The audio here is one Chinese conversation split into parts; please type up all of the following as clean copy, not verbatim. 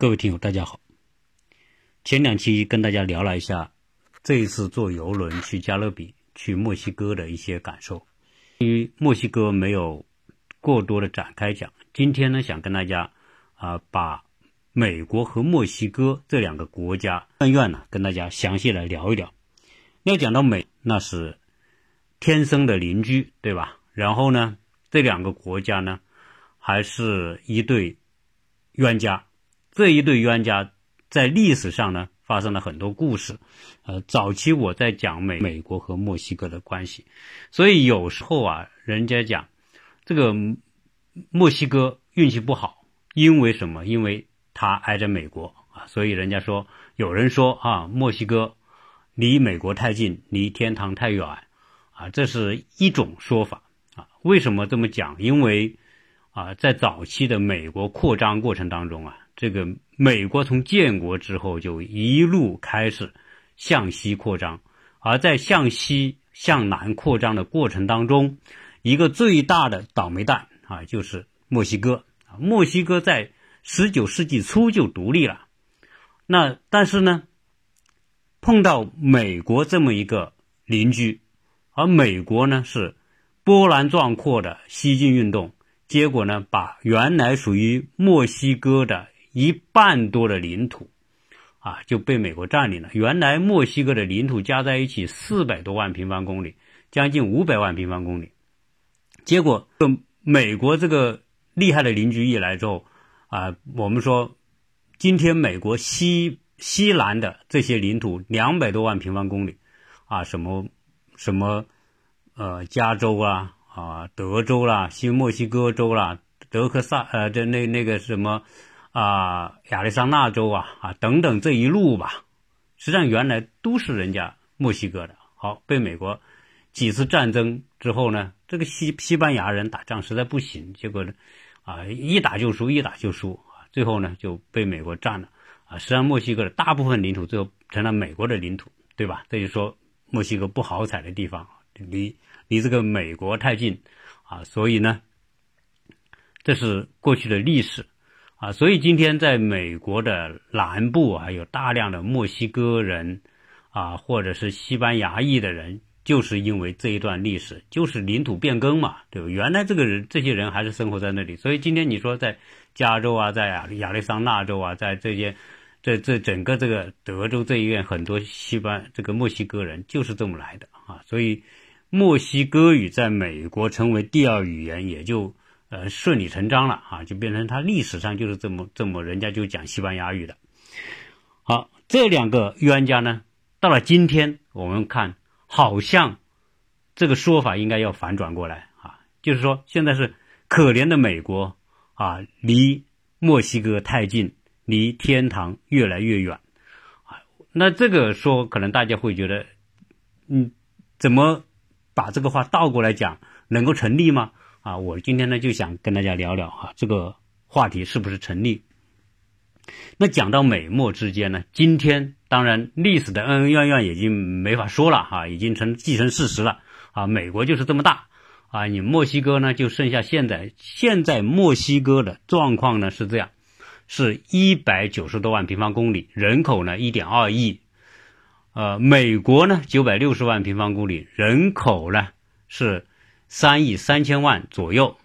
各位听友大家好，前2期跟大家聊了一下这一次坐邮轮去加勒比去墨西哥的一些感受，因为墨西哥没有过多的展开讲，今天呢想跟大家把美国和墨西哥这2个国家恩怨呢跟大家详细来聊一聊。要讲到美，那是天生的邻居，对吧？然后呢这2个国家呢还是一对冤家，这一对冤家在历史上呢发生了很多故事。早期我在讲美国和墨西哥的关系，所以有时候人家讲这个墨西哥运气不好，因为什么？因为它挨着美国所以人家说，有人说墨西哥离美国太近，离天堂太远这是一种说法为什么这么讲？因为在早期的美国扩张过程当中这个美国从建国之后就一路开始向西扩张，而在向西向南扩张的过程当中，一个最大的倒霉蛋就是墨西哥。墨西哥在19世纪初就独立了，但是呢碰到美国这么一个邻居，而美国呢是波澜壮阔的西进运动，结果呢把原来属于墨西哥的1半多的领土就被美国占领了。原来墨西哥的领土加在一起400多万平方公里，将近500万平方公里。结果美国这个厉害的邻居一来之后我们说今天美国西南的这些领土200多万平方公里什么加州德州啦，新墨西哥州啦，德克萨那个什么亚利桑那州等等，这一路吧，实际上原来都是人家墨西哥的。好，被美国几次战争之后呢，这个西班牙人打仗实在不行，结果呢一打就输，最后呢就被美国占了实际上墨西哥的大部分领土最后成了美国的领土，对吧？这就说墨西哥不好踩的地方，离这个美国太近所以呢这是过去的历史所以今天在美国的南部有大量的墨西哥人或者是西班牙裔的人，就是因为这一段历史，就是领土变更嘛，对吧？原来这些人还是生活在那里，所以今天你说在加州在亚利桑那州在这整个这个德州这一院，很多这个墨西哥人就是这么来的所以墨西哥语在美国成为第2语言也就顺理成章了就变成它历史上就是这么人家就讲西班牙语的。好，这2个冤家呢，到了今天我们看好像这个说法应该要反转过来就是说现在是可怜的美国离墨西哥太近，离天堂越来越远那这个说可能大家会觉得怎么把这个话倒过来讲能够成立吗？我今天呢就想跟大家聊聊这个话题是不是成立。那讲到美墨之间呢，今天当然历史的恩恩怨怨已经没法说了已经既成事实了美国就是这么大你墨西哥呢就剩下现在墨西哥的状况呢是这样，是190多万平方公里，人口呢 1.2 亿美国呢960万平方公里，人口呢是3亿3千万左右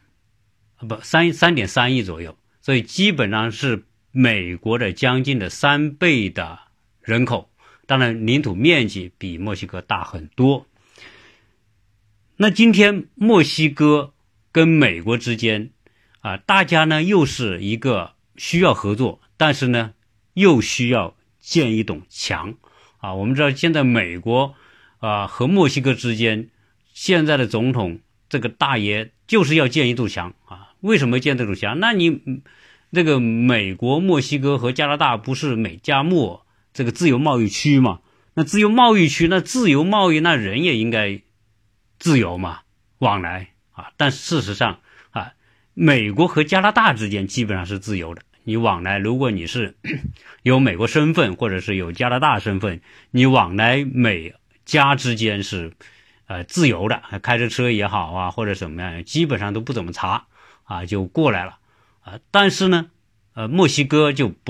3.3亿左右，所以基本上是美国的将近的3倍的人口，当然领土面积比墨西哥大很多。那今天墨西哥跟美国之间大家呢又是一个需要合作，但是呢又需要建一堵墙我们知道现在美国和墨西哥之间，现在的总统这个大爷就是要建一堵墙为什么建这堵墙？那你这个美国墨西哥和加拿大不是美加墨这个自由贸易区吗？那自由贸易区，那自由贸易，那人也应该自由嘛，往来但事实上美国和加拿大之间基本上是自由的，你往来，如果你是有美国身份或者是有加拿大身份，你往来美加之间是自由的，开着车也好或者什么样，基本上都不怎么查就过来了但是呢墨西哥就不能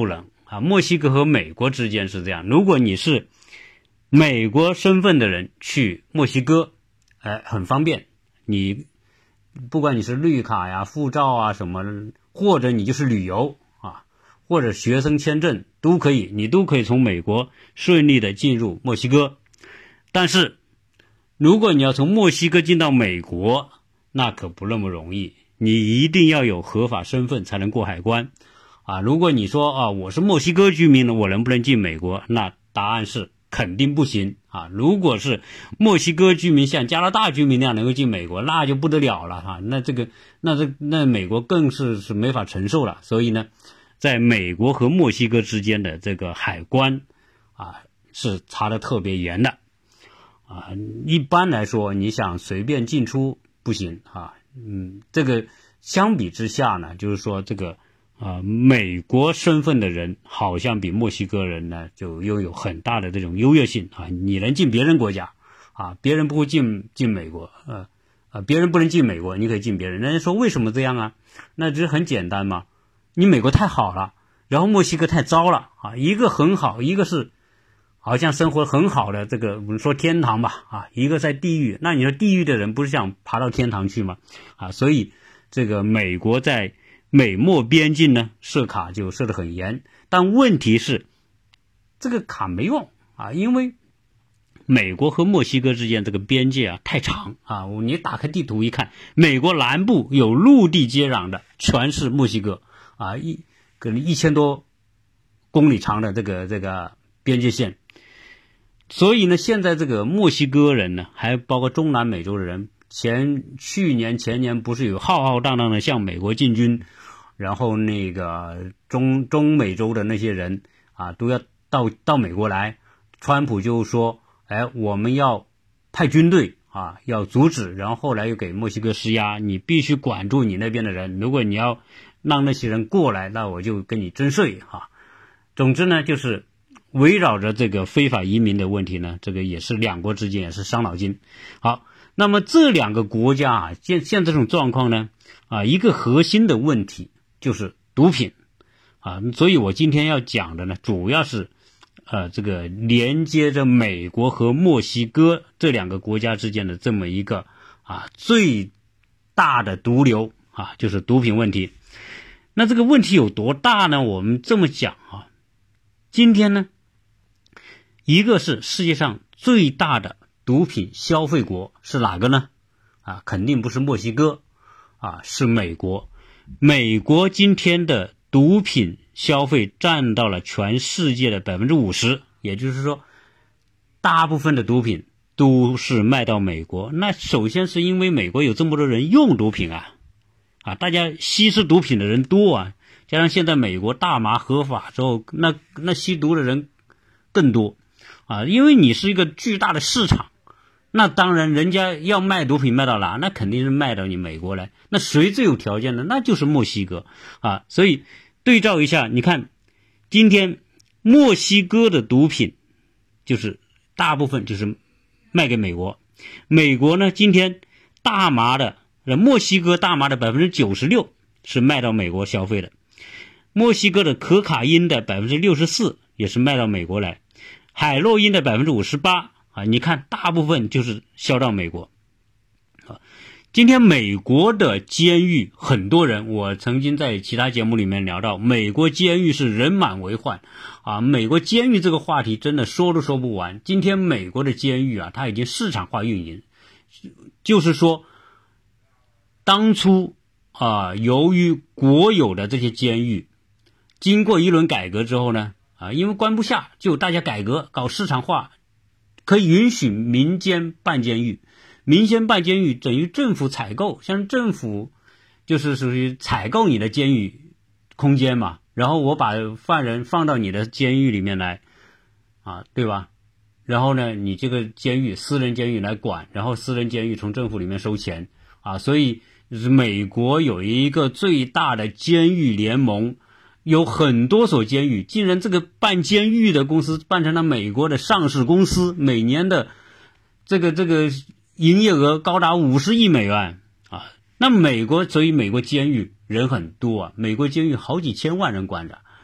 啊，墨西哥和美国之间是这样，如果你是美国身份的人去墨西哥，很方便，你不管你是绿卡呀、护照啊什么，或者你就是旅游啊，或者学生签证都可以，你都可以从美国顺利的进入墨西哥。但是如果你要从墨西哥进到美国，那可不那么容易，你一定要有合法身份才能过海关啊。如果你说啊我是墨西哥居民了，我能不能进美国？那答案是肯定不行啊！如果是墨西哥居民像加拿大居民那样能够进美国，那就不得了了啊！那美国更是没法承受了。所以呢，在美国和墨西哥之间的这个海关啊是查得特别严的啊。一般来说，你想随便进出不行啊。这个相比之下呢，就是说这个美国身份的人好像比墨西哥人呢就又有很大的这种优越性啊，你能进别人国家啊，别人不会进美国，别人不能进美国，你可以进别人。人家说为什么这样啊？那这很简单嘛，你美国太好了，然后墨西哥太糟了啊，一个很好，一个是好像生活很好的这个我们说天堂吧啊，一个在地狱，那你说地狱的人不是想爬到天堂去吗？啊，所以这个美国在美墨边境呢设卡就设得很严，但问题是这个卡没用啊，因为美国和墨西哥之间这个边界啊太长啊，你打开地图一看，美国南部有陆地接壤的全是墨西哥啊，可能1000多公里长的这个边界线。所以呢，现在这个墨西哥人呢，还包括中南美洲的人，去年前年不是有浩浩荡荡的向美国进军，然后那个中美洲的那些人啊都要到美国来，川普就说我们要派军队啊要阻止，然后后来又给墨西哥施压，你必须管住你那边的人，如果你要让那些人过来，那我就跟你征税啊。总之呢，就是围绕着这个非法移民的问题呢，这个也是两国之间也是伤脑筋。好，那么这两个国家啊，现这种状况呢，一个核心的问题就是毒品啊，所以我今天要讲的呢，主要是这个连接着美国和墨西哥这两个国家之间的这么一个最大的毒瘤啊，就是毒品问题。那这个问题有多大呢？我们这么讲啊，今天呢，一个是世界上最大的毒品消费国是哪个呢？肯定不是墨西哥是美国。美国今天的毒品消费占到了全世界的 50%， 也就是说大部分的毒品都是卖到美国。那首先是因为美国有这么多人用毒品大家吸食毒品的人多啊，加上现在美国大麻合法之后，那吸毒的人更多因为你是一个巨大的市场，那当然人家要卖毒品卖到哪，那肯定是卖到你美国来。那谁最有条件的？那就是墨西哥所以对照一下，你看今天墨西哥的毒品就是大部分就是卖给美国，美国呢今天墨西哥大麻的 96% 是卖到美国消费的，墨西哥的可卡因的 64% 也是卖到美国来，海洛因的 58% 你看大部分就是销到美国今天美国的监狱，很多人我曾经在其他节目里面聊到，美国监狱是人满为患美国监狱这个话题真的说都说不完。今天美国的监狱它已经市场化运营，就是说当初由于国有的这些监狱经过一轮改革之后呢因为关不下，就大家改革搞市场化，可以允许民间办监狱。民间办监狱等于政府采购，像政府就是属于采购你的监狱空间嘛，然后我把犯人放到你的监狱里面来对吧？然后呢你这个监狱私人监狱来管，然后私人监狱从政府里面收钱所以美国有一个最大的监狱联盟，有很多所监狱，竟然这个办监狱的公司办成了美国的上市公司，每年的这个营业额高达50亿美元那所以美国监狱人很多美国监狱好几千万人关着，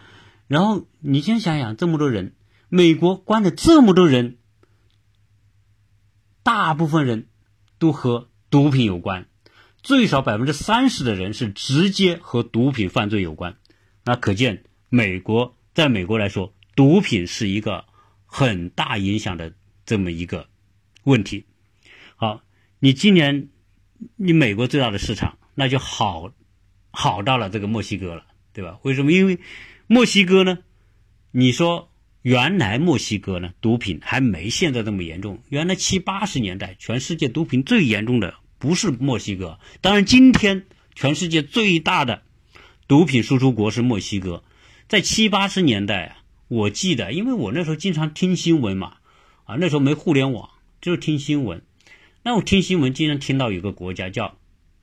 然后你先想想，这么多人，美国关了这么多人，大部分人都和毒品有关，最少30%的人是直接和毒品犯罪有关。那可见在美国来说，毒品是一个很大影响的这么一个问题。好，你今年你美国最大的市场，那就好到了这个墨西哥了，对吧？为什么？因为墨西哥呢，你说原来墨西哥呢毒品还没现在这么严重，原来70、80年代全世界毒品最严重的不是墨西哥，当然今天全世界最大的毒品输出国是墨西哥。在70、80年代啊，我记得，因为我那时候经常听新闻嘛，那时候没互联网，就是听新闻。那我听新闻经常听到有个国家叫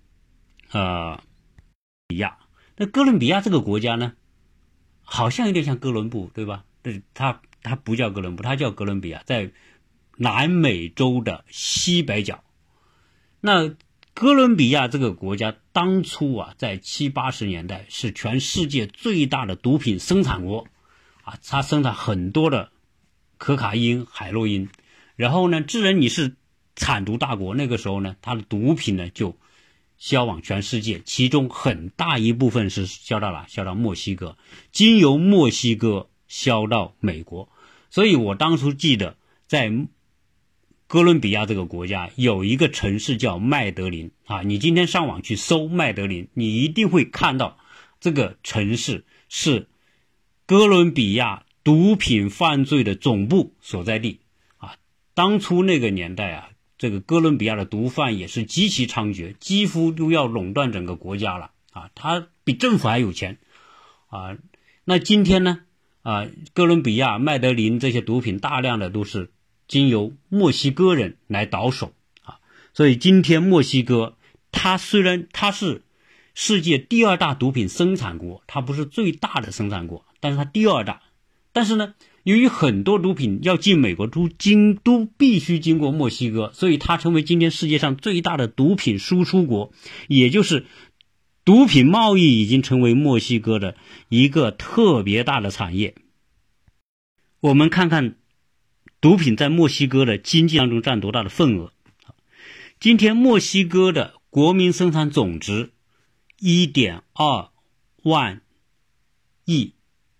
比亚。那哥伦比亚这个国家呢，好像有点像哥伦布，对吧？它不叫哥伦布，它叫哥伦比亚，在南美洲的西北角。那哥伦比亚这个国家当初啊，在70、80年代是全世界最大的毒品生产国啊，它生产很多的可卡因、海洛因。然后呢，既然你是产毒大国，那个时候呢，它的毒品呢就销往全世界，其中很大一部分是销到哪？销到墨西哥，经由墨西哥销到美国。所以我当初记得在哥伦比亚这个国家有一个城市叫麦德林啊，你今天上网去搜麦德林，你一定会看到这个城市是哥伦比亚毒品犯罪的总部所在地啊。当初那个年代啊，这个哥伦比亚的毒贩也是极其猖獗，几乎都要垄断整个国家了啊，他比政府还有钱啊。那今天呢哥伦比亚、麦德林这些毒品大量的都是经由墨西哥人来倒手啊，所以今天墨西哥它虽然它是世界第2大毒品生产国，它不是最大的生产国，但是它第2大。但是呢，由于很多毒品要进美国都必须经过墨西哥，所以它成为今天世界上最大的毒品输出国，也就是毒品贸易已经成为墨西哥的一个特别大的产业。我们看看毒品在墨西哥的经济当中占多大的份额。今天墨西哥的国民生产总值 1.2 万亿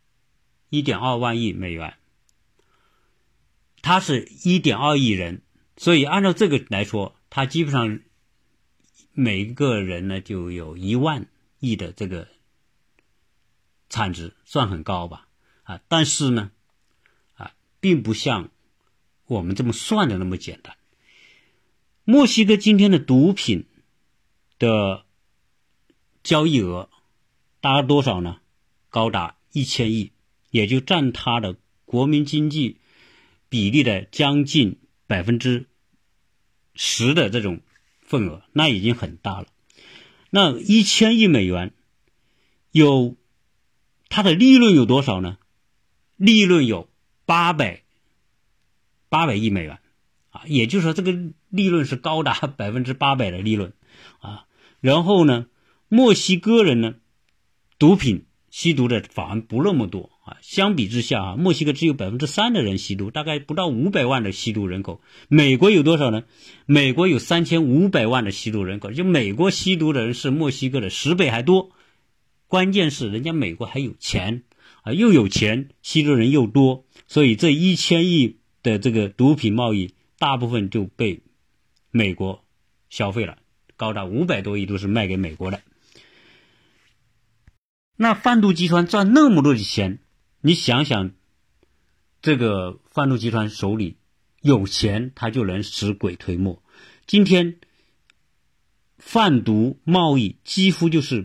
美元，它是1.2亿人，所以按照这个来说，它基本上每个人呢就有1万亿的这个产值，算很高吧但是呢并不像我们这么算的那么简单。墨西哥今天的毒品的交易额达多少呢？高达1000亿，也就占它的国民经济比例的将近10%的这种份额，那已经很大了。那1000亿美元它的利润有多少呢？利润有800亿美元也就是说这个利润是高达800%的利润然后呢，墨西哥人呢毒品吸毒的反而不那么多相比之下墨西哥只有3%的人吸毒，大概不到500万的吸毒人口。美国有多少呢？美国有3500万的吸毒人口，就美国吸毒的人是墨西哥的10倍还多。关键是人家美国还有钱又有钱，吸毒人又多，所以这1000亿的这个毒品贸易大部分就被美国消费了，高达500多亿都是卖给美国的。那贩毒集团赚那么多的钱，你想想这个贩毒集团手里有钱，他就能使鬼推磨。今天贩毒贸易几乎就是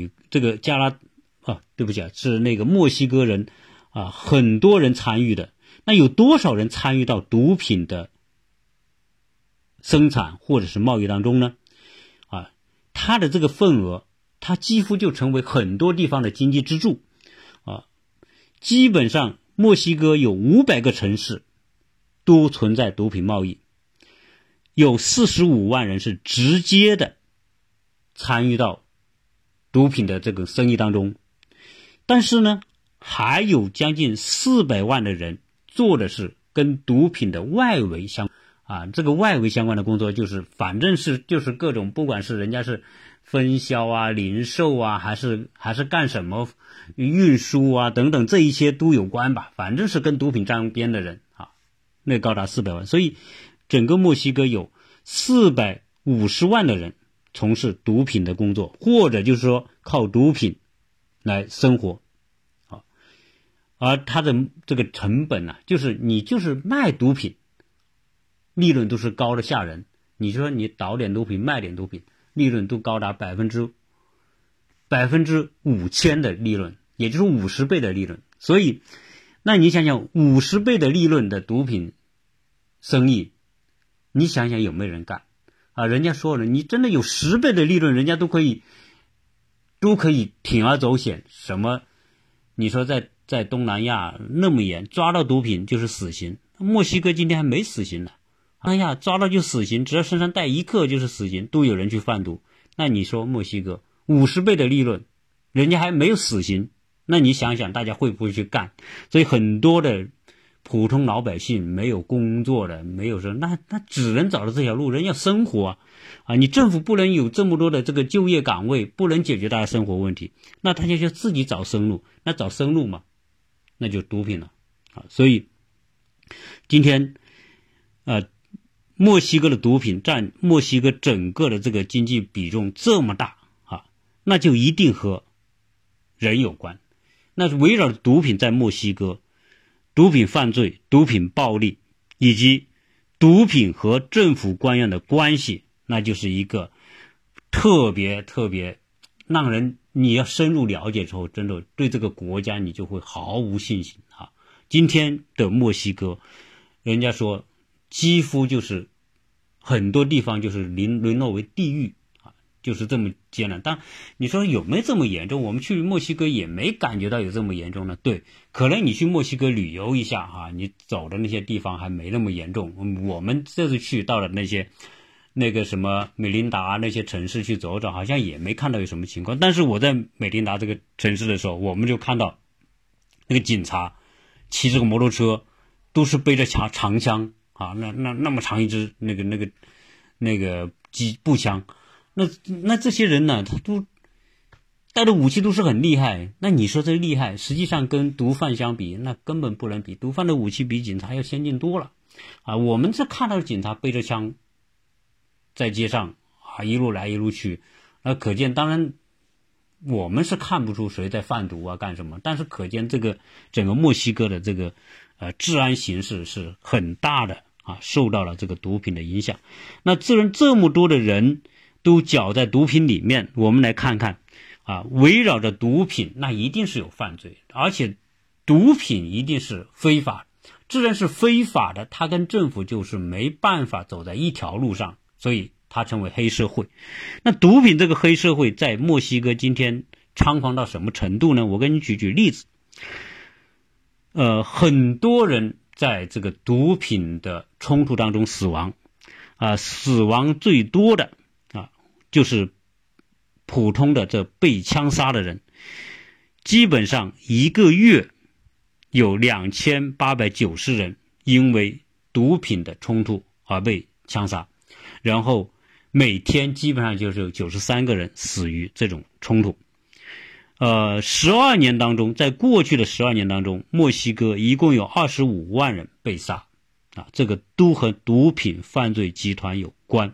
是那个墨西哥人很多人参与的。那有多少人参与到毒品的生产或者是贸易当中呢？它的这个份额，它几乎就成为很多地方的经济支柱基本上墨西哥有500个城市都存在毒品贸易，有45万人是直接的参与到毒品的这个生意当中。但是呢， 还有将近400万的人做的是跟毒品的外围这个外围相关的工作，就是反正就是各种，不管是人家是分销啊、零售啊，还是干什么运输啊等等，这一些都有关吧，反正是跟毒品沾边的人那高达400万，所以整个墨西哥有450万的人从事毒品的工作，或者就是说靠毒品来生活而它的这个成本就是你就是卖毒品，利润都是高的吓人。你说你倒点毒品卖点毒品，利润都高达5000%的利润，也就是50倍的利润。所以那你想想50倍的利润的毒品生意，你想想有没有人干人家说了，你真的有10倍的利润，人家都可以铤而走险。什么你说在东南亚那么严，抓到毒品就是死刑，墨西哥今天还没死刑呢。抓到就死刑，只要身上带1克就是死刑，都有人去贩毒。那你说墨西哥50倍的利润，人家还没有死刑，那你想想大家会不会去干？所以很多的普通老百姓没有工作的，没有说那只能找到这条路，人要生活你政府不能有这么多的这个就业岗位，不能解决大家生活问题，那大家就自己找生路。那找生路嘛，那就毒品了所以今天墨西哥的毒品占墨西哥整个的这个经济比重这么大那就一定和人有关。那围绕着毒品在墨西哥，毒品犯罪、毒品暴力以及毒品和政府官员的关系，那就是一个特别让人你要深入了解之后，真的对这个国家你就会毫无信心今天的墨西哥，人家说几乎就是很多地方就是沦落为地狱就是这么艰难。但你说有没有这么严重？我们去墨西哥也没感觉到有这么严重呢。对，可能你去墨西哥旅游一下你走的那些地方还没那么严重。我们这次去到了那个什么美琳达那些城市去走走，好像也没看到有什么情况。但是我在美琳达这个城市的时候，我们就看到那个警察骑这个摩托车都是背着长枪那么长一支那个步枪，那这些人呢，他都带的武器都是很厉害。那你说这厉害，实际上跟毒贩相比，那根本不能比。毒贩的武器比警察要先进多了我们这看到警察背着枪在街上一路来一路去，那可见当然我们是看不出谁在贩毒干什么，但是可见这个整个墨西哥的这个治安形势是很大的受到了这个毒品的影响。那这么多的人都搅在毒品里面，我们来看看围绕着毒品，那一定是有犯罪，而且毒品一定是非法。既然是非法的，它跟政府就是没办法走在一条路上，所以它成为黑社会。那毒品这个黑社会在墨西哥今天猖狂到什么程度呢？我给你举例子。很多人在这个毒品的冲突当中死亡死亡最多的就是普通的这被枪杀的人，基本上一个月有2890人因为毒品的冲突而被枪杀，然后每天基本上就是有93个人死于这种冲突。12年当中，在过去的12年当中，墨西哥一共有25万人被杀这个都和毒品犯罪集团有关。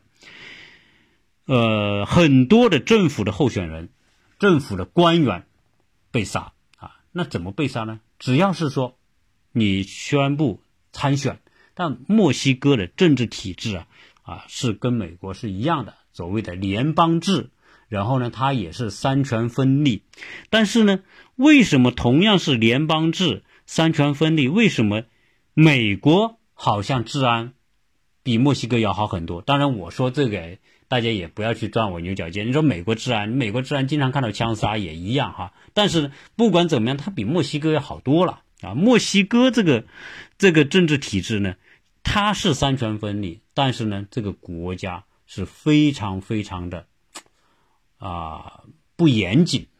很多的政府的候选人、政府的官员被杀那怎么被杀呢？只要是说你宣布参选，但墨西哥的政治体制是跟美国是一样的，所谓的联邦制，然后呢它也是三权分立。但是呢，为什么同样是联邦制、三权分立，为什么美国好像治安比墨西哥要好很多？当然我说这个大家也不要去钻我牛角尖，你说美国治安经常看到枪杀也一样但是不管怎么样，它比墨西哥要好多了墨西哥这个政治体制呢，它是三权分立，但是呢这个国家是非常非常的不严谨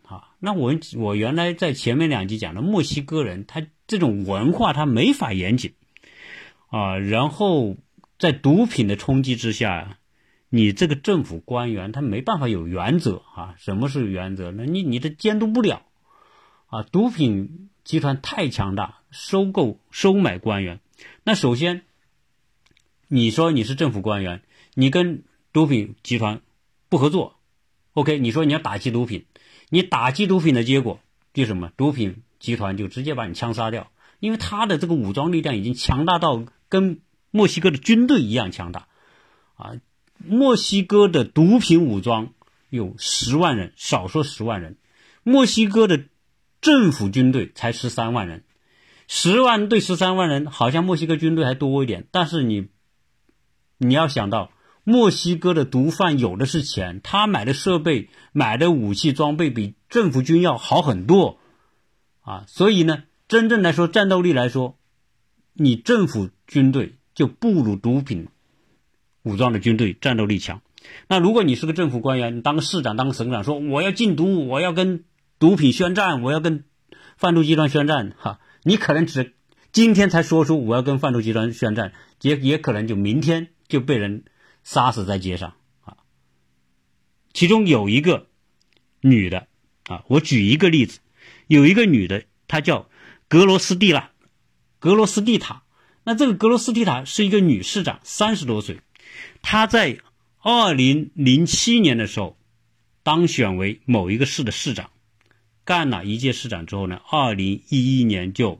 那我原来在前面2集讲的墨西哥人，他这种文化他没法严谨啊，然后在毒品的冲击之下，你这个政府官员他没办法有原则啊。什么是原则呢？你的监督不了啊。毒品集团太强大，收买官员。那首先你说你是政府官员，你跟毒品集团不合作 OK， 你说你要打击毒品，你打击毒品的结果就是什么？毒品集团就直接把你枪杀掉，因为他的这个武装力量已经强大到跟墨西哥的军队一样强大啊。墨西哥的毒品武装有10万人，少说10万人，墨西哥的政府军队才13万人，10万对13万人，好像墨西哥军队还多一点，但是你要想到墨西哥的毒贩有的是钱，他买的设备、买的武器装备比政府军要好很多啊，所以呢，真正来说战斗力来说，你政府军队就不如毒品武装的军队战斗力强。那如果你是个政府官员，你当个市长、当个省长，说我要禁毒，我要跟毒品宣战，我要跟贩毒集团宣战哈，你可能只今天才说出我要跟贩毒集团宣战，也可能就明天就被人杀死在街上啊。其中有一个女的啊，我举一个例子，有一个女的，她叫格罗斯蒂塔。那这个格罗斯蒂塔是一个女市长，30多岁，她在2007年的时候当选为某一个市的市长，干了一届市长之后呢，2011年就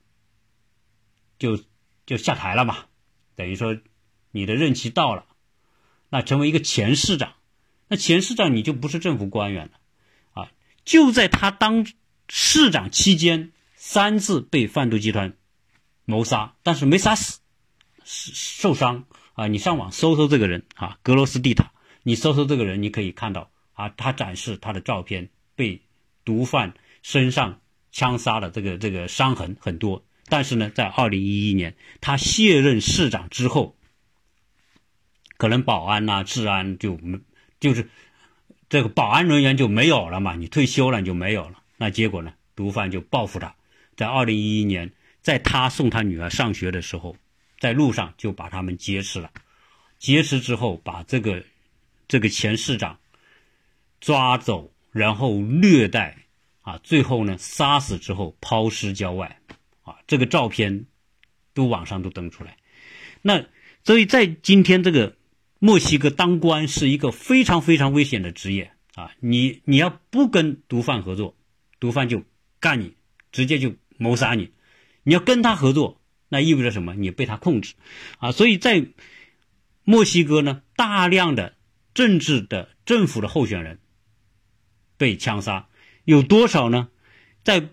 下台了嘛，等于说你的任期到了，那成为一个前市长。那前市长你就不是政府官员了啊！就在他当市长期间，3次被贩毒集团谋杀，但是没杀死，受伤啊！你上网搜搜这个人啊，格罗斯蒂塔，你搜搜这个人，你可以看到啊，他展示他的照片，被毒贩身上枪杀的这个伤痕很多。但是呢，在2011年他卸任市长之后，可能保安啊、治安就是这个保安人员就没有了嘛，你退休了你就没有了。那结果呢，毒贩就报复他，在2011年，在他送他女儿上学的时候，在路上就把他们劫持了。劫持之后，把这个前市长抓走，然后虐待啊，最后呢杀死之后抛尸郊外啊，这个照片都网上都登出来。那所以在今天这个墨西哥当官是一个非常非常危险的职业啊！你要不跟毒贩合作，毒贩就干你，直接就谋杀你。你要跟他合作，那意味着什么？你被他控制啊！所以在墨西哥呢，大量的政府的候选人被枪杀，有多少呢？在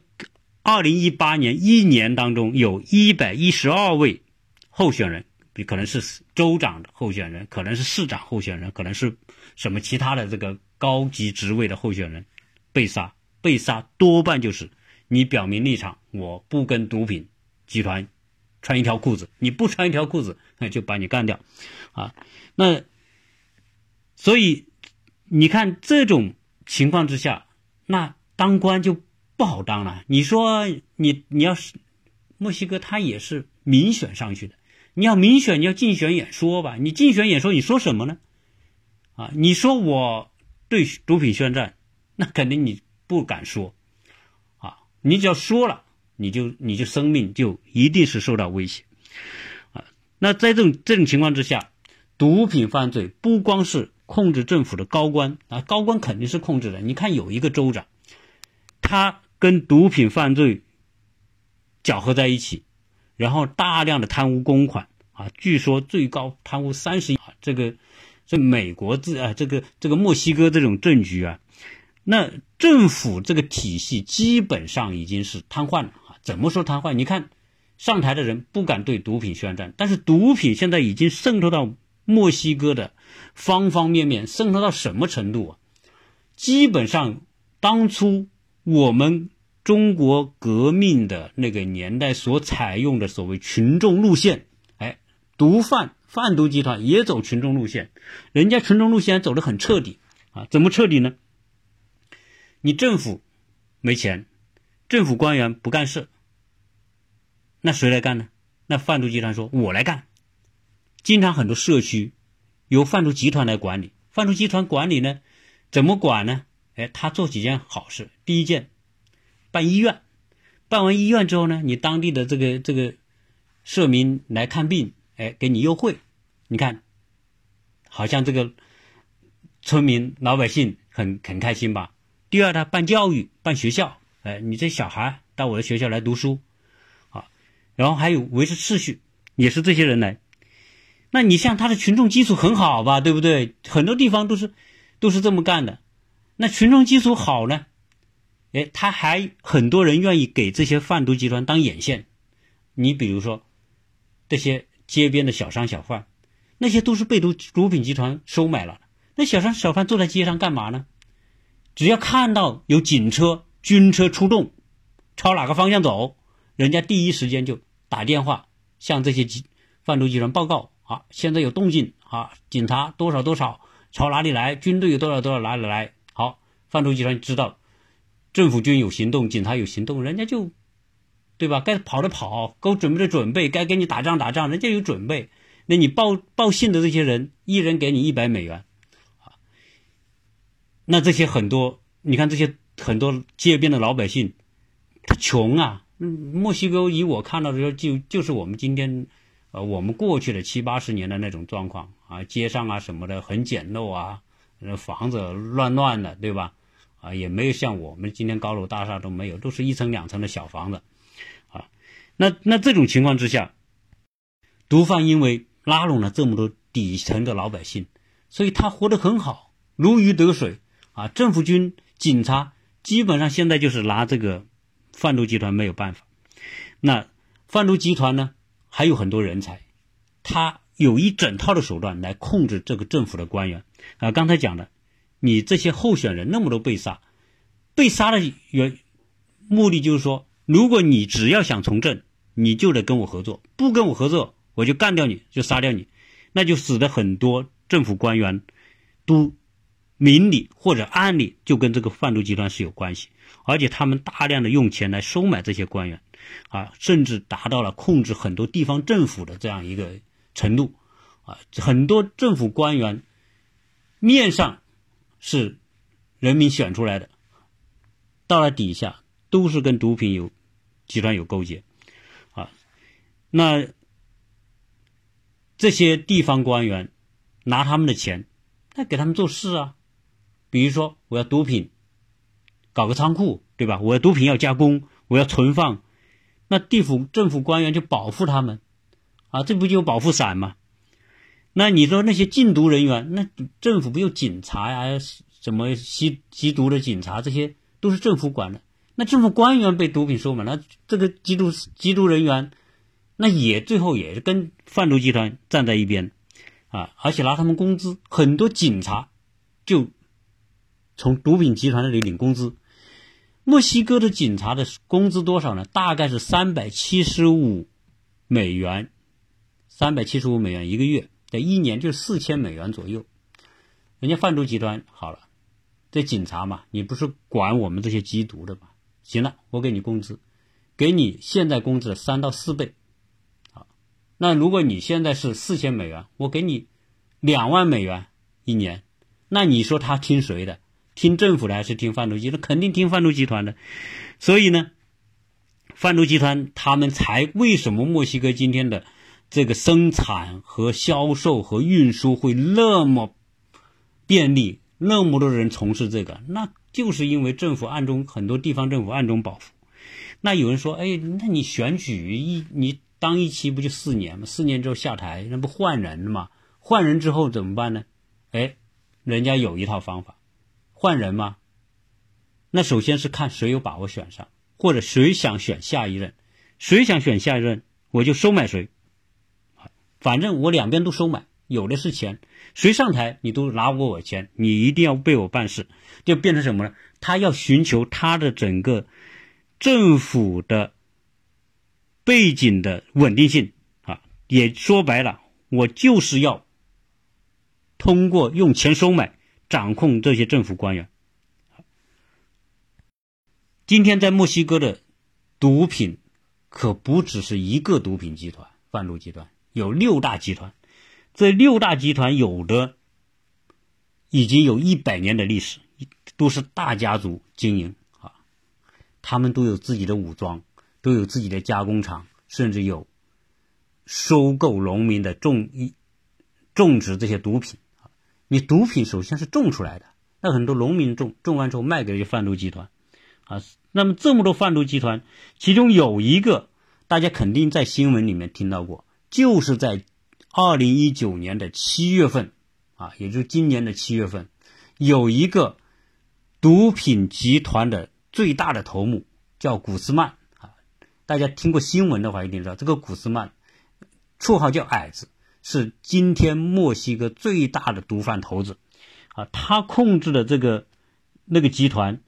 2018年1年当中，有112位候选人，可能是州长的候选人，可能是市长候选人，可能是什么其他的这个高级职位的候选人被杀多半就是你表明立场，我不跟毒品集团穿一条裤子，你不穿一条裤子，那就把你干掉啊！那所以你看这种情况之下，那当官就不好当了。你说你要是墨西哥，他也是民选上去的。你要民选，你要竞选演说吧？你竞选演说，你说什么呢？啊，你说我对毒品宣战，那肯定你不敢说啊。你只要说了，你就生命就一定是受到威胁啊。那在这种情况之下，毒品犯罪不光是控制政府的高官啊，高官肯定是控制的。你看有一个州长，他跟毒品犯罪搅合在一起。然后大量的贪污公款啊，据说最高贪污30亿。这美国这个墨西哥这种政局啊，那政府这个体系基本上已经是瘫痪了啊。怎么说瘫痪？你看上台的人不敢对毒品宣战，但是毒品现在已经渗透到墨西哥的方方面面，渗透到什么程度啊？基本上当初我们中国革命的那个年代所采用的所谓群众路线，贩毒集团也走群众路线，人家群众路线走得很彻底啊！怎么彻底呢？你政府没钱，政府官员不干事，那谁来干呢？那贩毒集团说我来干。经常很多社区由贩毒集团来管理，贩毒集团管理呢，怎么管呢？他做几件好事。第一件，办医院，办完医院之后呢，你当地的这个社民来看病，给你优惠，你看好像这个村民老百姓很开心吧。第二，他办教育，办学校，你这小孩到我的学校来读书啊，然后还有维持秩序，也是这些人来。那你像他的群众基础很好吧，对不对？很多地方都是这么干的。那群众基础好呢，他还很多人愿意给这些贩毒集团当眼线。你比如说这些街边的小商小贩，那些都是被毒品集团收买了。那小商小贩坐在街上干嘛呢？只要看到有警车、军车出动，朝哪个方向走，人家第一时间就打电话向这些贩毒集团报告啊，现在有动静啊，警察多少多少朝哪里来，军队有多少多少哪里来。好，贩毒集团知道政府军有行动，警察有行动，人家就对吧？该跑的跑，该准备的准备，该给你打仗打仗，人家有准备。那你报信的这些人，一人给你100美元啊。那这些很多，你看这些很多街边的老百姓，他穷啊。墨西哥以我看到的时候，就是我们今天我们过去的70、80年的那种状况啊，街上啊什么的很简陋啊，房子乱乱的，对吧？啊，也没有像我们今天高楼大厦都没有，都是1层2层的小房子啊。那这种情况之下，毒贩因为拉拢了这么多底层的老百姓，所以他活得很好，如鱼得水啊。政府军、警察基本上现在就是拿这个贩毒集团没有办法。那贩毒集团呢，还有很多人才，他有一整套的手段来控制这个政府的官员啊。刚才讲的，你这些候选人那么多被杀的目的就是说，如果你只要想从政，你就得跟我合作，不跟我合作，我就干掉你，就杀掉你。那就使得很多政府官员都明里或者暗里就跟这个贩毒集团是有关系，而且他们大量的用钱来收买这些官员啊，甚至达到了控制很多地方政府的这样一个程度啊。很多政府官员面上是人民选出来的，到了底下都是跟毒品集团有勾结啊。那这些地方官员拿他们的钱，那给他们做事啊。比如说我要毒品搞个仓库，对吧？我要毒品要加工，我要存放，那政府官员就保护他们啊，这不就有保护伞吗？那你说那些禁毒人员，那政府不有警察呀，什么吸毒的警察，这些都是政府管的。那政府官员被毒品收买，那这个缉毒人员，那最后也是跟贩毒集团站在一边啊，而且拿他们工资。很多警察就从毒品集团那里领工资。墨西哥的警察的工资多少呢？大概是375美元，375美元一个月，在一年就4000美元左右。人家贩毒集团好了，这警察嘛，你不是管我们这些缉毒的吗？行了，我给你工资，给你现在工资的3到4倍。好，那如果你现在是4000美元，我给你2万美元一年，那你说他听谁的？听政府的还是听贩毒集团？肯定听贩毒集团的。所以呢，贩毒集团他们为什么墨西哥今天的这个生产和销售和运输会那么便利，那么多人从事这个，那就是因为很多地方政府暗中保护。那有人说，那你选举你当一期不就4年吗？4年之后下台，那不换人了吗？换人之后怎么办呢？人家有一套方法。换人吗？那首先是看谁有把握选上，或者谁想选下一任，谁想选下一任我就收买谁，反正我两边都收买，有的是钱，谁上台你都拿我钱，你一定要为我办事，就变成什么呢？他要寻求他的整个政府的背景的稳定性啊，也说白了，我就是要通过用钱收买掌控这些政府官员。 今天在墨西哥的毒品可不只是一个毒品集团，贩毒集团有6大集团，这6大集团有的已经有100年的历史，都是大家族经营啊，他们都有自己的武装，都有自己的加工厂，甚至有收购农民的种植这些毒品。你毒品首先是种出来的，那很多农民种完之后卖给这些贩毒集团啊。那么这么多贩毒集团，其中有一个大家肯定在新闻里面听到过，就是在2019年的7月份啊，也就是今年的7月份，有一个毒品集团的最大的头目叫古斯曼啊。大家听过新闻的话一定知道，这个古斯曼绰号叫矮子，是今天墨西哥最大的毒贩头子啊。他控制的那个集团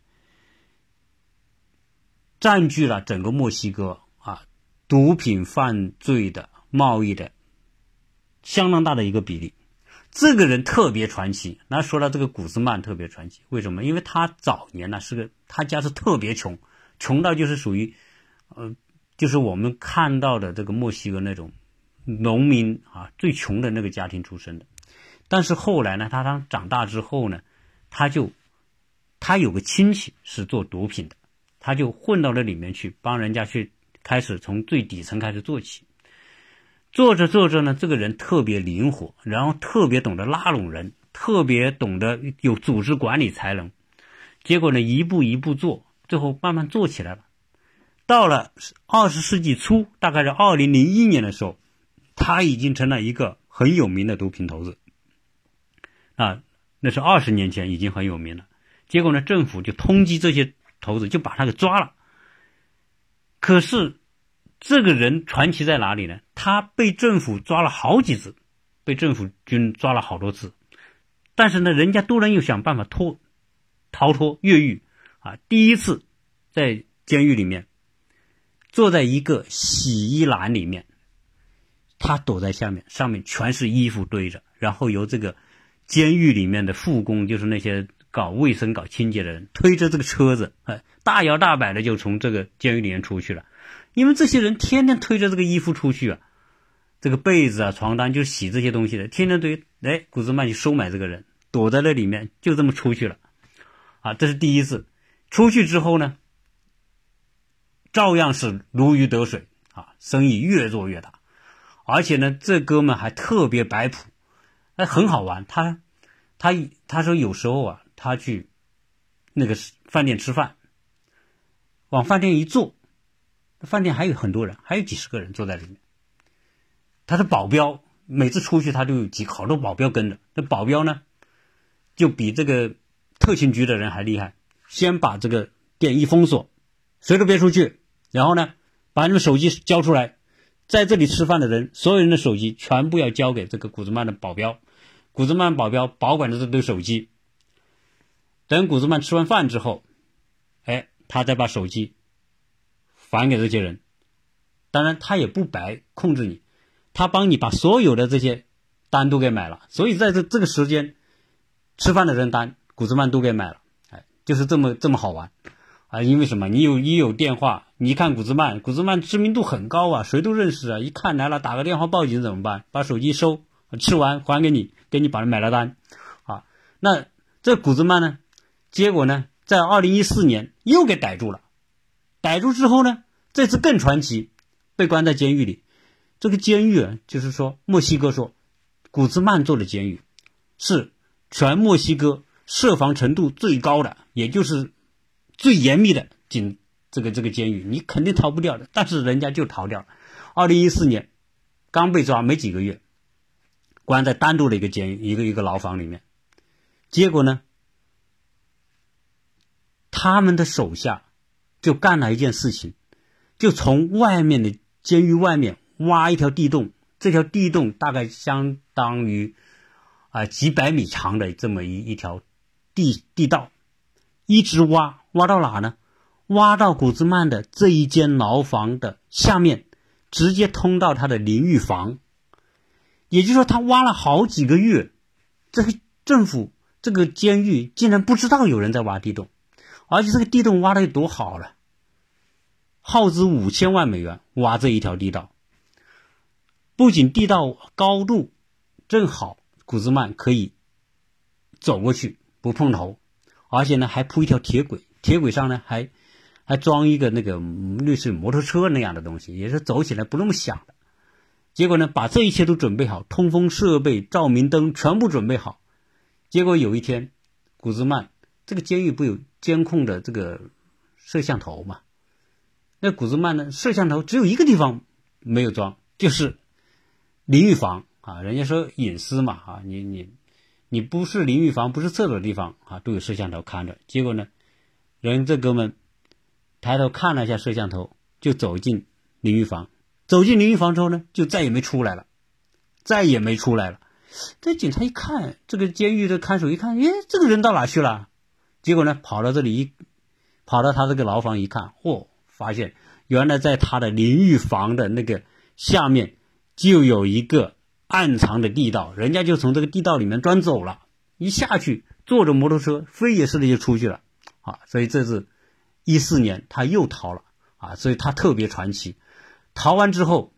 占据了整个墨西哥啊毒品犯罪的贸易的相当大的一个比例。这个人特别传奇，那说到这个古斯曼特别传奇，为什么？因为他早年呢他家是特别穷到就是属于就是我们看到的这个墨西哥那种农民啊最穷的那个家庭出身的。但是后来呢，他长大之后呢，他有个亲戚是做毒品的，他就混到那里面去，帮人家去开始从最底层开始做起。做着呢，这个人特别灵活，然后特别懂得拉拢人，特别懂得有组织管理才能。结果呢，一步一步做，最后慢慢做起来了。到了20世纪初，大概是2001年的时候，他已经成了一个很有名的毒品头子啊，那是20年前已经很有名了。结果呢，政府就通缉这些头子，就把他给抓了。可是这个人传奇在哪里呢？他被政府抓了好几次，被政府军抓了好多次，但是呢，人家都能又想办法逃脱越狱啊。第一次在监狱里面坐在一个洗衣篮里面，他躲在下面，上面全是衣服堆着，然后由这个监狱里面的副工，就是那些搞卫生搞清洁的人，推着这个车子大摇大摆的就从这个监狱里面出去了。因为这些人天天推着这个衣服出去啊，这个被子啊床单就洗这些东西的，天天推，古兹曼就收买这个人，躲在那里面就这么出去了啊。这是第一次。出去之后呢，照样是如鱼得水啊，生意越做越大。而且呢，这哥们还特别摆谱，很好玩。他说有时候啊，他去那个饭店吃饭，往饭店一坐，饭店还有很多人，还有几十个人坐在里面。他的保镖每次出去他都有好多保镖跟着，这保镖呢就比这个特勤局的人还厉害，先把这个店一封锁，谁都别出去，然后呢把你们手机交出来，在这里吃饭的人所有人的手机全部要交给这个古兹曼的保镖，古兹曼保镖保管着这堆手机。等古兹曼吃完饭之后，他再把手机还给这些人。当然他也不白控制你，他帮你把所有的这些单都给买了，所以在这个时间吃饭的人单古兹曼都给买了，就是这么好玩啊。因为什么？你有电话，你一看古兹曼知名度很高啊，谁都认识啊，一看来了打个电话报警怎么办？把手机收，吃完还给你，给你把它买了单啊。那这古兹曼呢，结果呢在2014年又给逮住了。逮住之后呢，这次更传奇，被关在监狱里。这个监狱啊，就是说墨西哥说古兹曼做的监狱是全墨西哥设防程度最高的，也就是最严密的这个监狱，你肯定逃不掉的。但是人家就逃掉了。2014年刚被抓没几个月，关在单独的一个监狱，一个牢房里面。结果呢，他们的手下就干了一件事情，就从外面的监狱外面挖一条地洞，这条地洞大概相当于几百米长的这么一条地道，一直挖到哪呢？挖到古兹曼的这一间牢房的下面，直接通到他的淋浴房。也就是说他挖了好几个月，这个政府这个监狱竟然不知道有人在挖地洞。 而且这个地洞挖的有多好了，耗资5000万美元挖这一条地道，不仅地道高度正好古兹曼可以走过去不碰头，而且呢还铺一条铁轨，铁轨上呢还装一个那个类似摩托车那样的东西，也是走起来不那么响的。结果呢把这一切都准备好，通风设备、照明灯全部准备好。结果有一天，古兹曼这个监狱不有监控的这个摄像头嘛？那古兹曼呢，摄像头只有一个地方没有装，就是淋浴房啊。人家说隐私嘛啊，你不是淋浴房，不是厕所的地方啊，都有摄像头看着。结果呢，人这哥们抬头看了一下摄像头，就走进淋浴房。走进淋浴房之后呢，就再也没出来了。这警察一看，这个监狱的看守一看，这个人到哪去了？结果呢，跑到他这个牢房一看，发现原来在他的淋浴房的那个下面就有一个暗藏的地道，人家就从这个地道里面钻走了，一下去坐着摩托车飞也似的就出去了啊！所以这是14年他又逃了啊，所以他特别传奇。逃完之后，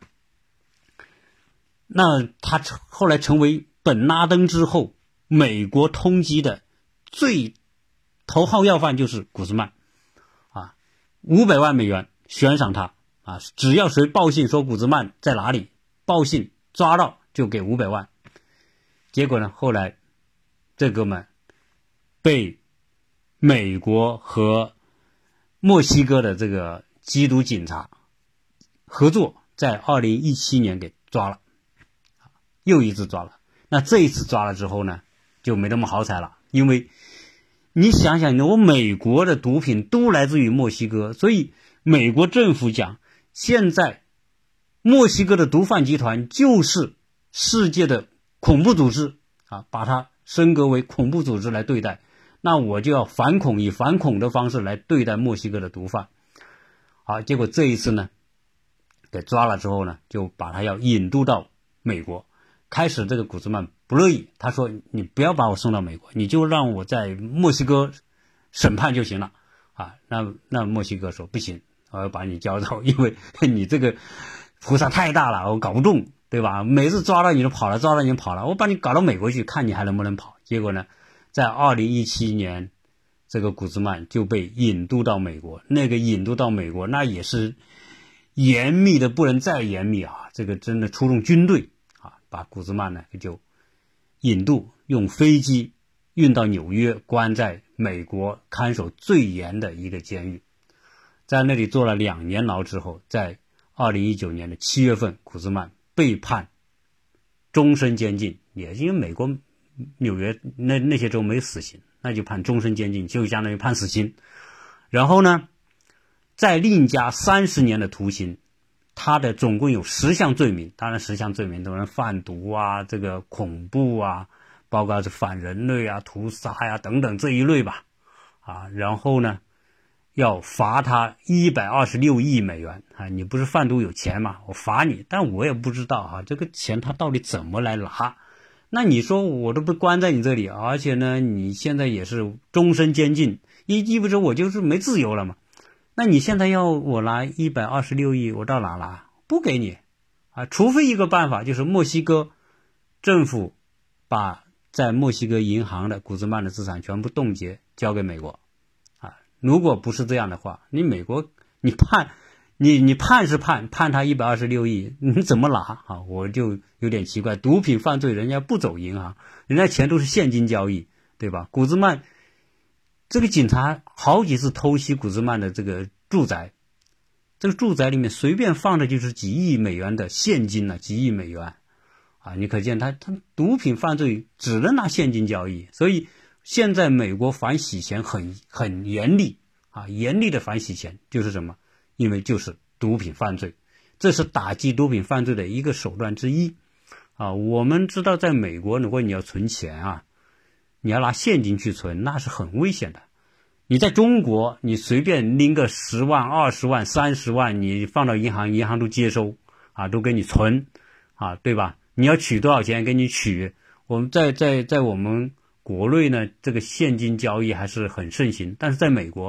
那他后来成为本拉登之后美国通缉的最头号要犯，就是古兹曼啊，500万美元悬赏他啊，只要谁报信说古兹曼在哪里，报信抓到就给500万。结果呢，后来这哥们被美国和墨西哥的这个缉毒警察合作，在2017年给抓了，又一次抓了。那这一次抓了之后呢，就没那么好彩了，因为你想想，我美国的毒品都来自于墨西哥，所以美国政府讲，现在墨西哥的毒贩集团就是世界的恐怖组织啊，把它升格为恐怖组织来对待，那我就要反恐，以反恐的方式来对待墨西哥的毒贩。好，结果这一次呢给抓了之后呢，就把他要引渡到美国。开始这个古兹曼不乐意，他说你不要把我送到美国，你就让我在墨西哥审判就行了啊。那墨西哥说不行，我要把你交走，因为你这个菩萨太大了，我搞不动，对吧？每次抓到你就跑了，抓到你就跑了，我把你搞到美国去，看你还能不能跑。结果呢，在2017年，这个古兹曼就被引渡到美国。那个引渡到美国，那也是严密的不能再严密啊！这个真的出动军队啊，把古兹曼呢就引渡，用飞机运到纽约，关在美国看守最严的一个监狱。在那里坐了2年牢之后，在2019年的7月份，古兹曼被判终身监禁，也因为美国纽约那些州没死刑，那就判终身监禁，就相当于判死刑。然后呢，再另加30年的徒刑，他的总共有10项罪名，当然10项罪名都是贩毒啊，这个恐怖啊，包括是反人类啊、屠杀呀等等这一类吧啊。然后呢，要罚他126亿美元啊！你不是贩毒有钱吗？我罚你，但我也不知道啊，这个钱他到底怎么来拿？那你说我都被关在你这里，而且呢，你现在也是终身监禁，意味着我就是没自由了嘛？那你现在要我拿126亿，我到哪拿？不给你啊！除非一个办法，就是墨西哥政府把在墨西哥银行的古兹曼的资产全部冻结，交给美国啊！如果不是这样的话，你美国你判是判他126亿，你怎么拿啊？我就有点奇怪，毒品犯罪人家不走银行，人家钱都是现金交易，对吧？古兹曼这个警察好几次偷袭古兹曼的这个住宅，这个住宅里面随便放的就是几亿美元的现金啊，几亿美元啊！你可见他毒品犯罪只能拿现金交易，所以现在美国反洗钱很严厉啊，严厉的反洗钱就是什么？因为就是毒品犯罪，这是打击毒品犯罪的一个手段之一啊。我们知道在美国，如果你要存钱啊，你要拿现金去存，那是很危险的。你在中国，你随便拎个10万、20万、30万，你放到银行，银行都接收啊，都给你存啊，对吧？你要取多少钱给你取。我们在我们国内呢，这个现金交易还是很盛行，但是在美国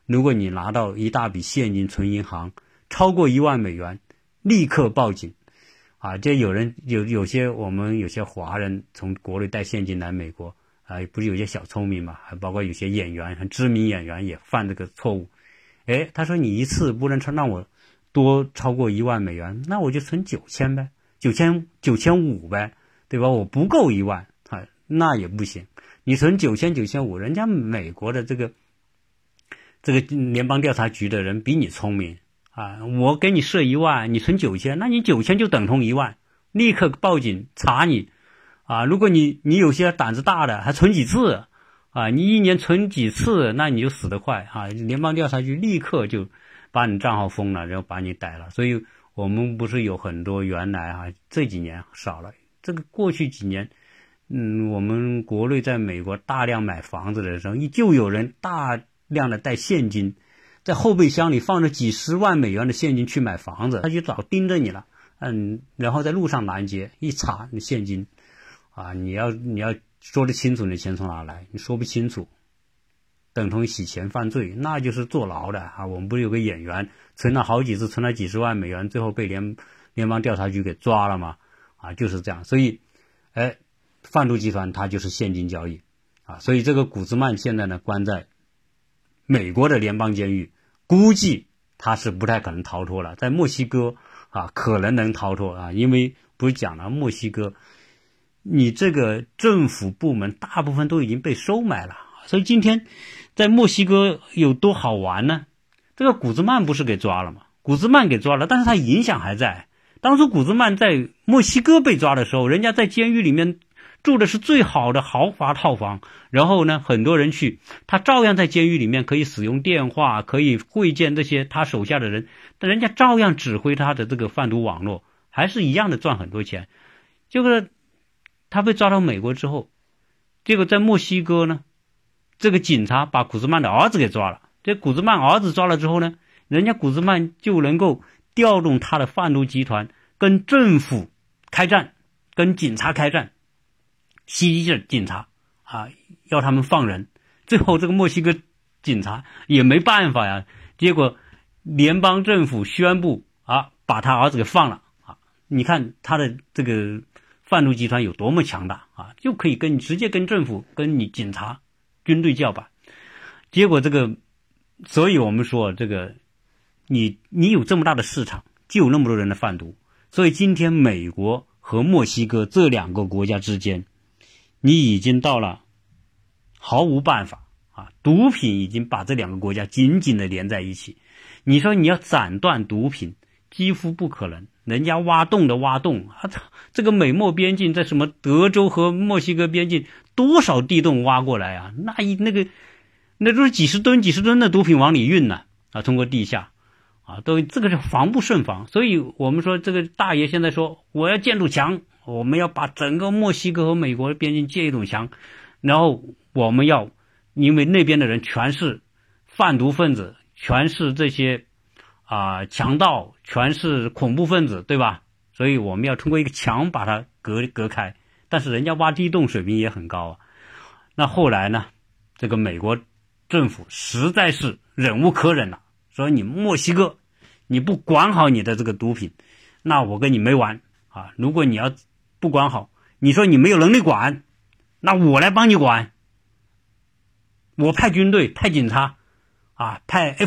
如果你拿到一大笔现金存银行超过1万美元，立刻报警啊！这有些我们有些华人从国内带现金来美国啊，不是有些小聪明嘛？还包括有些演员，很知名演员也犯这个错误。他说你一次不能让我多超过1万美元，那我就存9000呗，9500呗，对吧？我不够1万啊，那也不行。你存9000、9500，人家美国的这个联邦调查局的人比你聪明啊！我给你设1万，你存9000，那你9000就等同1万，立刻报警查你啊！如果你有些胆子大的，还存几次啊？你一年存几次，那你就死得快啊！联邦调查局立刻就把你账号封了，然后把你逮了。所以我们不是有很多原来这几年少了，这个过去几年。我们国内在美国大量买房子的时候，就有人大量的带现金，在后备箱里放着几十万美元的现金去买房子，他就早盯着你了，然后在路上拦截，一查你现金，啊，你要说得清楚你钱从哪来，你说不清楚，等同于洗钱犯罪，那就是坐牢的啊。我们不是有个演员存了好几次，存了几十万美元，最后被联邦调查局给抓了嘛？啊，就是这样，所以，贩毒集团它就是现金交易啊，所以这个古兹曼现在呢关在美国的联邦监狱，估计他是不太可能逃脱了，在墨西哥啊可能能逃脱啊，因为不是讲了墨西哥你这个政府部门大部分都已经被收买了，所以今天在墨西哥有多好玩呢？这个古兹曼不是给抓了吗？古兹曼给抓了，但是他影响还在。当初古兹曼在墨西哥被抓的时候，人家在监狱里面住的是最好的豪华套房，然后呢，很多人去，他照样在监狱里面可以使用电话，可以会见这些他手下的人，但人家照样指挥他的这个贩毒网络，还是一样的赚很多钱。这个他被抓到美国之后，结果在墨西哥呢，这个警察把古兹曼的儿子给抓了。这古兹曼儿子抓了之后呢，人家古兹曼就能够调动他的贩毒集团跟政府开战，跟警察开战。袭击警察啊，要他们放人，最后这个墨西哥警察也没办法呀，结果联邦政府宣布把他儿子给放了啊！你看他的这个贩毒集团有多么强大啊，就可以直接跟政府、跟你警察、军队叫板。结果所以我们说这个你有这么大的市场，就有那么多人的贩毒，所以今天美国和墨西哥这两个国家之间，你已经到了毫无办法啊！毒品已经把这两个国家紧紧的连在一起。你说你要斩断毒品，几乎不可能。人家挖洞的挖洞这个美墨边境在什么德州和墨西哥边境，多少地洞挖过来啊！那都是几十吨的毒品往里运呢啊！通过地下啊，这个是防不胜防。所以我们说这个大爷现在说我要建筑墙。我们要把整个墨西哥和美国的边境建一堵墙，然后我们要，因为那边的人全是贩毒分子，全是这些强盗，全是恐怖分子，对吧？所以我们要通过一个墙把它隔开。但是人家挖地洞水平也很高啊。那后来呢，这个美国政府实在是忍无可忍了，说你墨西哥你不管好你的这个毒品，那我跟你没完啊！如果你要不管好，你说你没有能力管，那我来帮你管，我派军队派警察派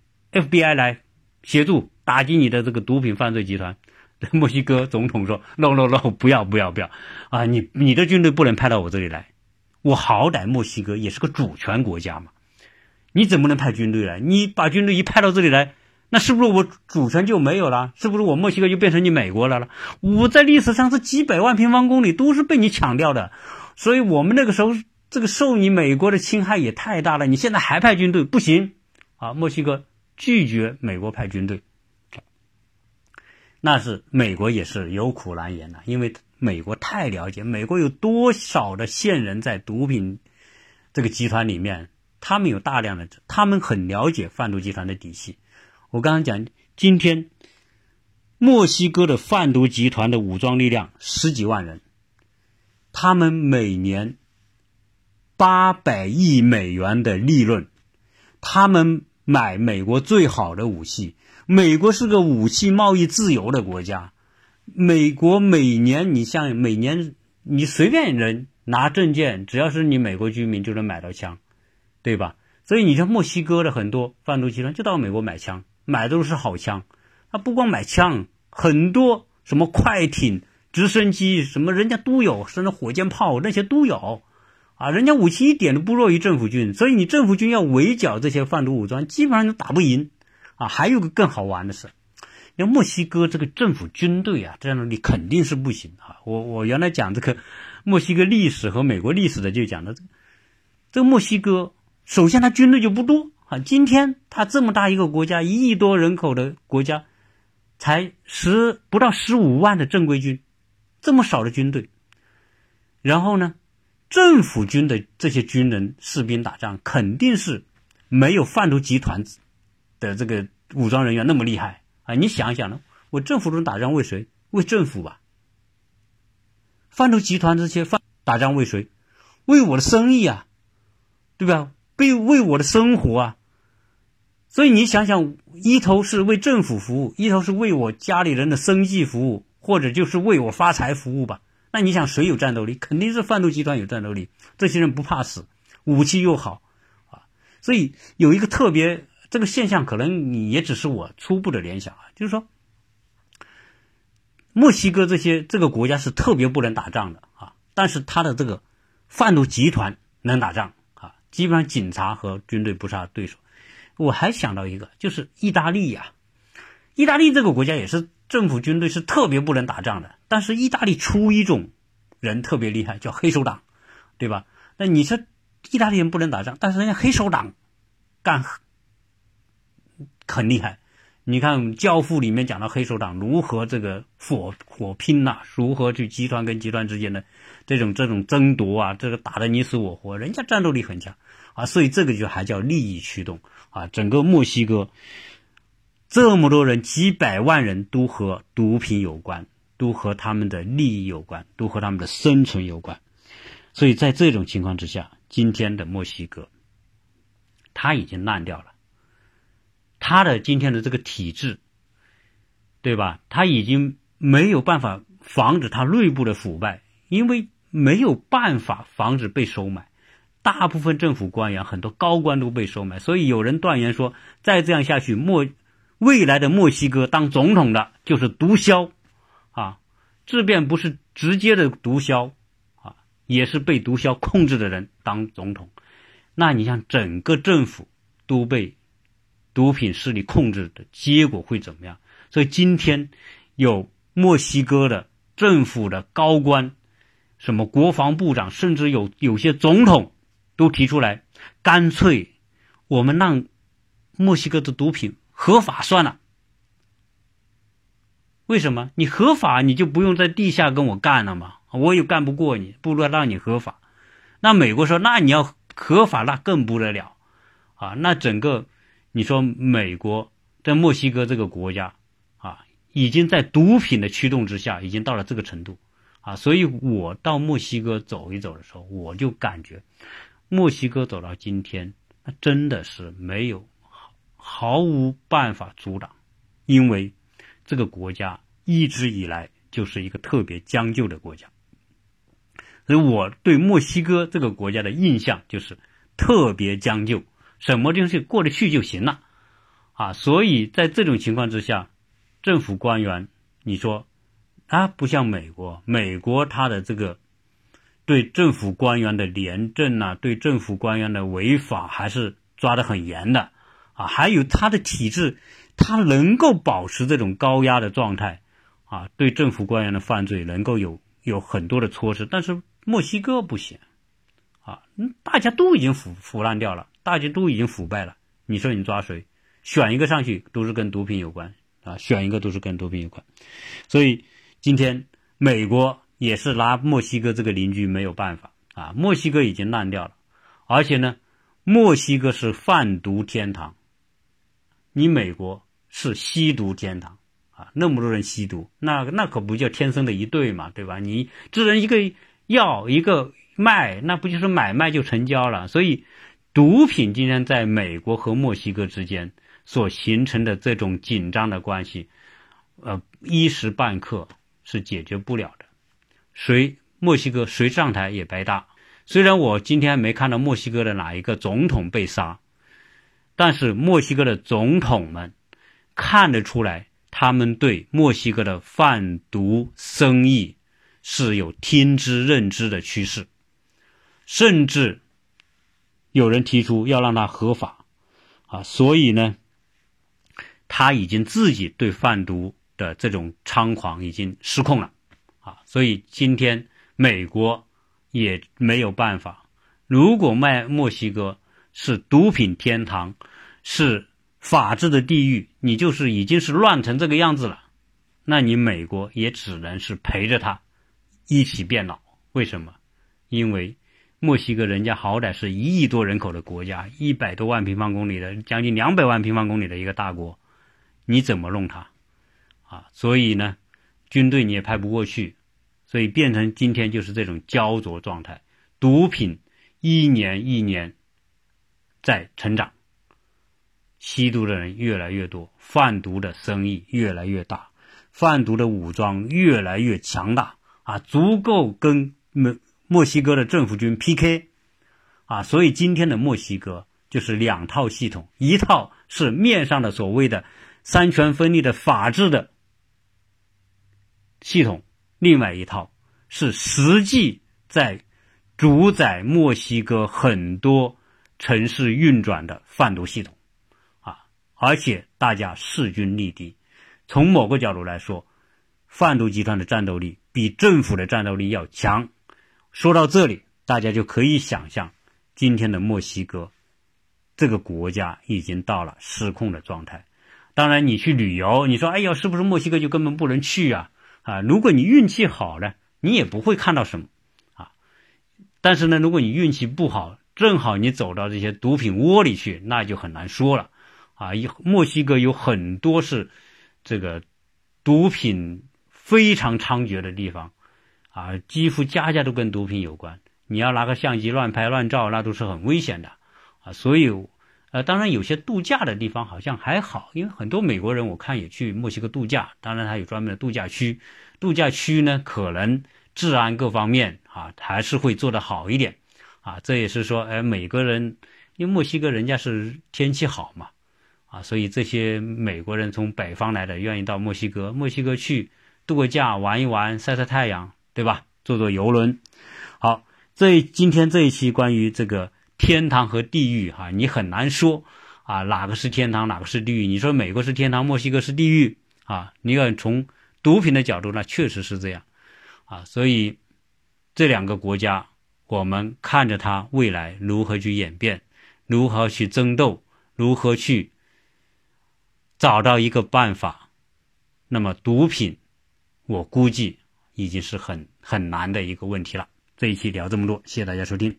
FBI 来协助打击你的这个毒品犯罪集团。墨西哥总统说 no， 不要啊！你的军队不能派到我这里来，我好歹墨西哥也是个主权国家嘛，你怎么能派军队来？你把军队一派到这里来，那是不是我主权就没有了？是不是我墨西哥就变成你美国了？我在历史上是几百万平方公里都是被你抢掉的，所以我们那个时候这个受你美国的侵害也太大了，你现在还派军队不行啊！墨西哥拒绝美国派军队，那是美国也是有苦难言的，因为美国太了解美国有多少的线人在毒品这个集团里面，他们有大量的，他们很了解贩毒集团的底细。我刚刚讲，今天墨西哥的贩毒集团的武装力量10几万人，他们每年800亿美元的利润，他们买美国最好的武器。美国是个武器贸易自由的国家，美国每年你随便人拿证件，只要是你美国居民就能买到枪，对吧？所以你像墨西哥的很多贩毒集团就到美国买枪，买的都是好枪。他不光买枪，很多什么快艇、直升机什么人家都有，甚至火箭炮那些都有啊，人家武器一点都不弱于政府军，所以你政府军要围剿这些贩毒武装基本上就打不赢啊。还有个更好玩的是，那墨西哥这个政府军队啊，战斗力肯定是不行啊。我原来讲这个墨西哥历史和美国历史的就讲到这个墨西哥，首先他军队就不多啊，今天他这么大一个国家，1亿多人口的国家，才不到15万的正规军，这么少的军队。然后呢，政府军的这些军人士兵打仗肯定是没有贩毒集团的这个武装人员那么厉害啊。你想一想呢，我政府中打仗为谁？为政府吧。贩毒集团这些打仗为谁？为我的生意啊，对吧？为我的生活啊。所以你想想，一头是为政府服务，一头是为我家里人的生计服务，或者就是为我发财服务吧。那你想谁有战斗力？肯定是贩毒集团有战斗力，这些人不怕死，武器又好啊。所以有一个特别这个现象，可能你也只是我初步的联想啊，就是说墨西哥这个国家是特别不能打仗的啊，但是他的这个贩毒集团能打仗啊，基本上警察和军队不是他对手。我还想到一个，就是意大利呀，意大利这个国家也是政府军队是特别不能打仗的，但是意大利出一种人特别厉害，叫黑手党，对吧？那你说意大利人不能打仗，但是人家黑手党干很厉害。你看《教父》里面讲到黑手党如何这个火拼啊，如何去集团跟集团之间的这种争夺啊，这个打得你死我活，人家战斗力很强啊。所以这个就还叫利益驱动啊。整个墨西哥这么多人，几百万人都和毒品有关，都和他们的利益有关，都和他们的生存有关。所以在这种情况之下，今天的墨西哥它已经烂掉了，他的今天的这个体制，对吧？他已经没有办法防止他内部的腐败，因为没有办法防止被收买。大部分政府官员，很多高官都被收买，所以有人断言说，再这样下去，未来的墨西哥当总统的就是毒枭啊，即便不是直接的毒枭啊，也是被毒枭控制的人当总统。那你像整个政府都被毒品势力控制的结果会怎么样？所以今天有墨西哥的政府的高官，什么国防部长，甚至有些总统都提出来，干脆我们让墨西哥的毒品合法算了。为什么？你合法你就不用在地下跟我干了嘛，我也干不过你，不如让你合法。那美国说，那你要合法那更不得了啊！那整个你说美国在墨西哥这个国家啊，已经在毒品的驱动之下，已经到了这个程度啊。所以我到墨西哥走一走的时候，我就感觉墨西哥走到今天，那真的是毫无办法阻挡，因为这个国家一直以来就是一个特别将就的国家。所以我对墨西哥这个国家的印象就是特别将就，什么东西过得去就行了啊。所以在这种情况之下，政府官员你说不像美国他的这个对政府官员的廉政啊，对政府官员的违法还是抓得很严的啊。还有他的体制，他能够保持这种高压的状态啊，对政府官员的犯罪能够有很多的措施。但是墨西哥不行啊，大家都已经腐烂掉了，大家都已经腐败了，你说你抓谁？选一个上去都是跟毒品有关啊，选一个都是跟毒品有关。所以今天美国也是拿墨西哥这个邻居没有办法啊，墨西哥已经烂掉了，而且呢，墨西哥是贩毒天堂，你美国是吸毒天堂啊，那么多人吸毒，那可不叫天生的一对嘛，对吧？你这人一个要一个卖，那不就是买卖就成交了？所以毒品今天在美国和墨西哥之间所形成的这种紧张的关系，一时半刻是解决不了的。墨西哥谁上台也白搭。虽然我今天没看到墨西哥的哪一个总统被杀，但是墨西哥的总统们看得出来，他们对墨西哥的贩毒生意是有听之任之的趋势，甚至有人提出要让它合法所以呢，他已经自己对贩毒的这种猖狂已经失控了所以今天美国也没有办法。如果墨西哥是毒品天堂，是法治的地狱，你就是已经是乱成这个样子了，那你美国也只能是陪着他一起变老。为什么？因为墨西哥人家好歹是1亿多人口的国家，100多万平方公里的，将近200万平方公里的一个大国，你怎么弄它所以呢，军队你也派不过去，所以变成今天就是这种焦灼状态。毒品一年一年在成长，吸毒的人越来越多，贩毒的生意越来越大，贩毒的武装越来越强大足够跟墨西哥的政府军 PK 所以今天的墨西哥就是2套系统，一套是面上的所谓的三权分立的法治的系统，另外一套是实际在主宰墨西哥很多城市运转的贩毒系统而且大家势均力敌。从某个角度来说，贩毒集团的战斗力比政府的战斗力要强。说到这里，大家就可以想象今天的墨西哥这个国家已经到了失控的状态。当然你去旅游，你说哎呀，是不是墨西哥就根本不能去如果你运气好了，你也不会看到什么但是呢，如果你运气不好，正好你走到这些毒品窝里去，那就很难说了墨西哥有很多是这个毒品非常猖獗的地方几乎家家都跟毒品有关。你要拿个相机乱拍乱照，那都是很危险的所以当然有些度假的地方好像还好，因为很多美国人我看也去墨西哥度假，当然它有专门的度假区。度假区呢，可能治安各方面还是会做得好一点这也是说每个人，因为墨西哥人家是天气好嘛所以这些美国人从北方来的愿意到墨西哥去度个假，玩一玩，晒晒太阳，对吧？坐坐游轮。好，今天这一期关于这个天堂和地狱你很难说哪个是天堂哪个是地狱。你说美国是天堂，墨西哥是地狱你要从毒品的角度呢，确实是这样所以这2个国家我们看着它未来如何去演变，如何去争斗，如何去找到一个办法。那么毒品我估计已经是很难的一个问题了。这一期聊这么多，谢谢大家收听。